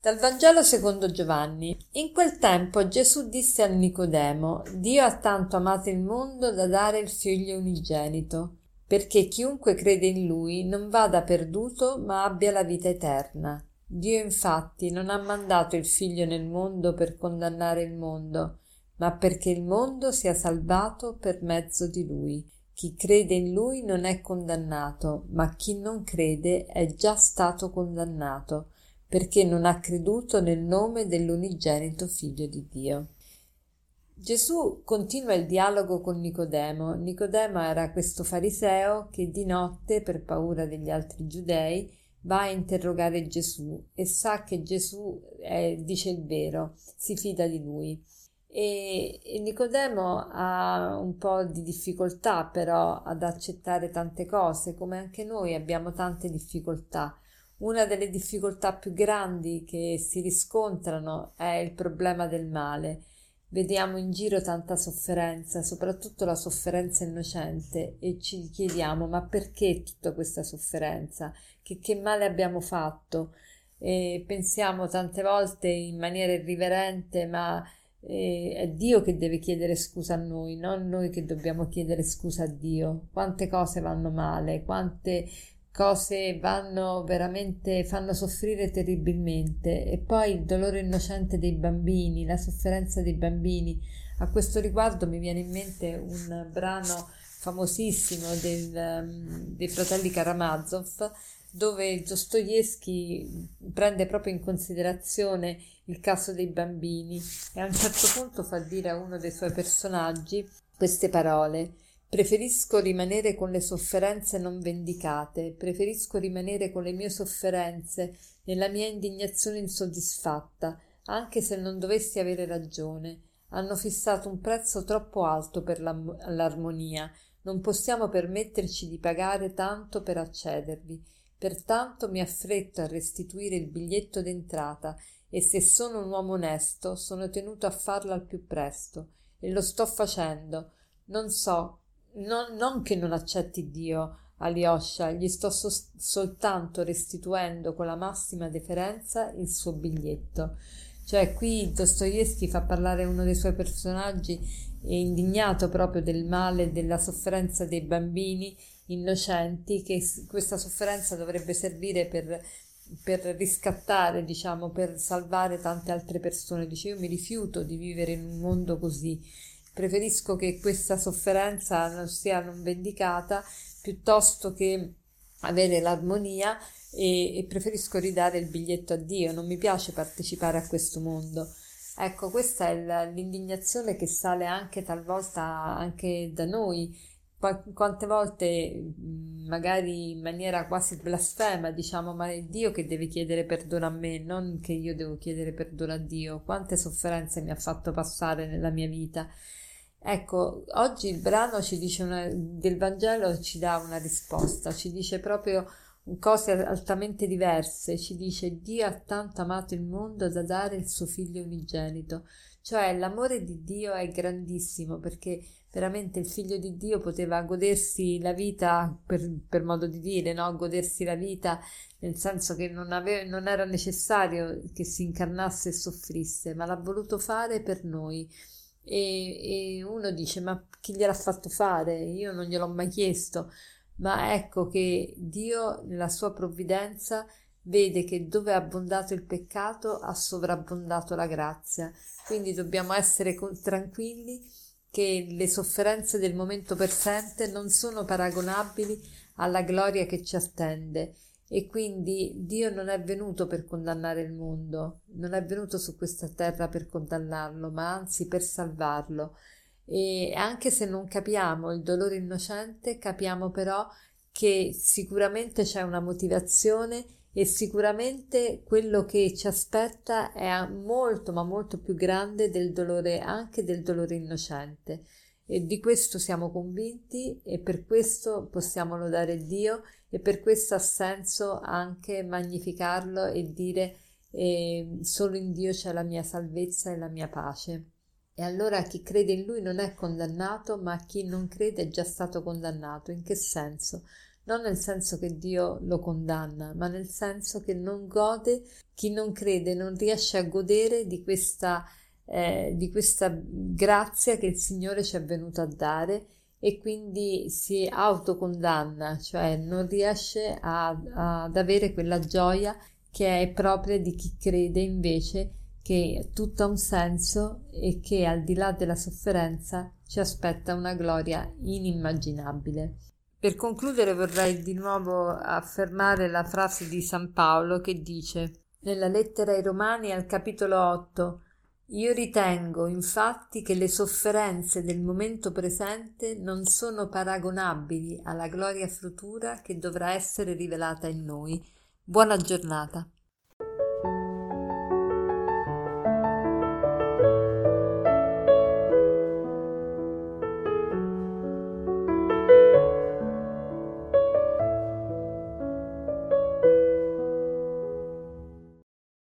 Dal Vangelo secondo Giovanni. In quel tempo Gesù disse a Nicodemo: Dio ha tanto amato il mondo da dare il figlio unigenito, perché chiunque crede in lui non vada perduto, ma abbia la vita eterna. Dio infatti non ha mandato il figlio nel mondo per condannare il mondo, ma perché il mondo sia salvato per mezzo di lui. Chi crede in lui non è condannato, ma chi non crede è già stato condannato, perché non ha creduto nel nome dell'unigenito Figlio di Dio. Gesù continua il dialogo con Nicodemo. Nicodemo era questo fariseo che di notte, per paura degli altri giudei, va a interrogare Gesù e sa che Gesù dice il vero, si fida di lui. E Nicodemo ha un po' di difficoltà però ad accettare tante cose, come anche noi abbiamo tante difficoltà. Una delle difficoltà più grandi che si riscontrano è il problema del male. Vediamo in giro tanta sofferenza, soprattutto la sofferenza innocente, e ci chiediamo: ma perché tutta questa sofferenza? Che male abbiamo fatto? E pensiamo tante volte in maniera irriverente: ma è Dio che deve chiedere scusa a noi, non noi che dobbiamo chiedere scusa a Dio. Quante cose vanno male, quante cose vanno veramente, fanno soffrire terribilmente. E poi il dolore innocente dei bambini, la sofferenza dei bambini. A questo riguardo mi viene in mente un brano famosissimo dei fratelli Karamazov, dove Dostoevsky prende proprio in considerazione il caso dei bambini e a un certo punto fa dire a uno dei suoi personaggi queste parole: preferisco rimanere con le sofferenze non vendicate, preferisco rimanere con le mie sofferenze nella mia indignazione insoddisfatta, anche se non dovessi avere ragione. Hanno fissato un prezzo troppo alto per l'armonia, non possiamo permetterci di pagare tanto per accedervi. Pertanto mi affretto a restituire il biglietto d'entrata e se sono un uomo onesto sono tenuto a farlo al più presto e lo sto facendo. Non so, non che non accetti Dio, Alyosha, gli sto soltanto restituendo con la massima deferenza il suo biglietto. Cioè qui Dostoevsky fa parlare uno dei suoi personaggi indignato proprio del male, della sofferenza dei bambini innocenti, che questa sofferenza dovrebbe servire per riscattare, diciamo, per salvare tante altre persone. Dice: io mi rifiuto di vivere in un mondo così, preferisco che questa sofferenza non sia non vendicata piuttosto che avere l'armonia, e preferisco ridare il biglietto a Dio, non mi piace partecipare a questo mondo. Ecco, questa è l'indignazione che sale anche talvolta anche da noi. Quante volte, magari in maniera quasi blasfema, diciamo: ma è Dio che deve chiedere perdono a me, non che io devo chiedere perdono a Dio. Quante sofferenze mi ha fatto passare nella mia vita. Ecco, oggi il brano ci dice del Vangelo ci dà una risposta, ci dice proprio cose altamente diverse, ci dice: Dio ha tanto amato il mondo da dare il suo figlio unigenito. Cioè l'amore di Dio è grandissimo, perché veramente il figlio di Dio poteva godersi la vita, per modo di dire, no? Godersi la vita nel senso che non era necessario che si incarnasse e soffrisse, ma l'ha voluto fare per noi. E uno dice: ma chi gliel'ha fatto fare? Io non gliel'ho mai chiesto. Ma ecco che Dio nella sua provvidenza vede che dove è abbondato il peccato ha sovrabbondato la grazia. Quindi dobbiamo essere tranquilli che le sofferenze del momento presente non sono paragonabili alla gloria che ci attende. E quindi Dio non è venuto per condannare il mondo, non è venuto su questa terra per condannarlo, ma anzi per salvarlo. E anche se non capiamo il dolore innocente, capiamo però che sicuramente c'è una motivazione e sicuramente quello che ci aspetta è molto, ma molto più grande del dolore, anche del dolore innocente. E di questo siamo convinti e per questo possiamo lodare Dio, e per questo ha senso anche magnificarlo e dire: solo in Dio c'è la mia salvezza e la mia pace. E allora chi crede in Lui non è condannato, ma chi non crede è già stato condannato. In che senso? non nel senso che Dio lo condanna, ma nel senso che non gode, chi non crede non riesce a godere di questa grazia che il Signore ci è venuto a dare, e quindi si autocondanna, cioè non riesce ad avere quella gioia che è propria di chi crede invece che tutto ha un senso e che al di là della sofferenza ci aspetta una gloria inimmaginabile. Per concludere vorrei di nuovo affermare la frase di San Paolo che dice nella lettera ai Romani al capitolo 8: io ritengo infatti che le sofferenze del momento presente non sono paragonabili alla gloria futura che dovrà essere rivelata in noi. Buona giornata.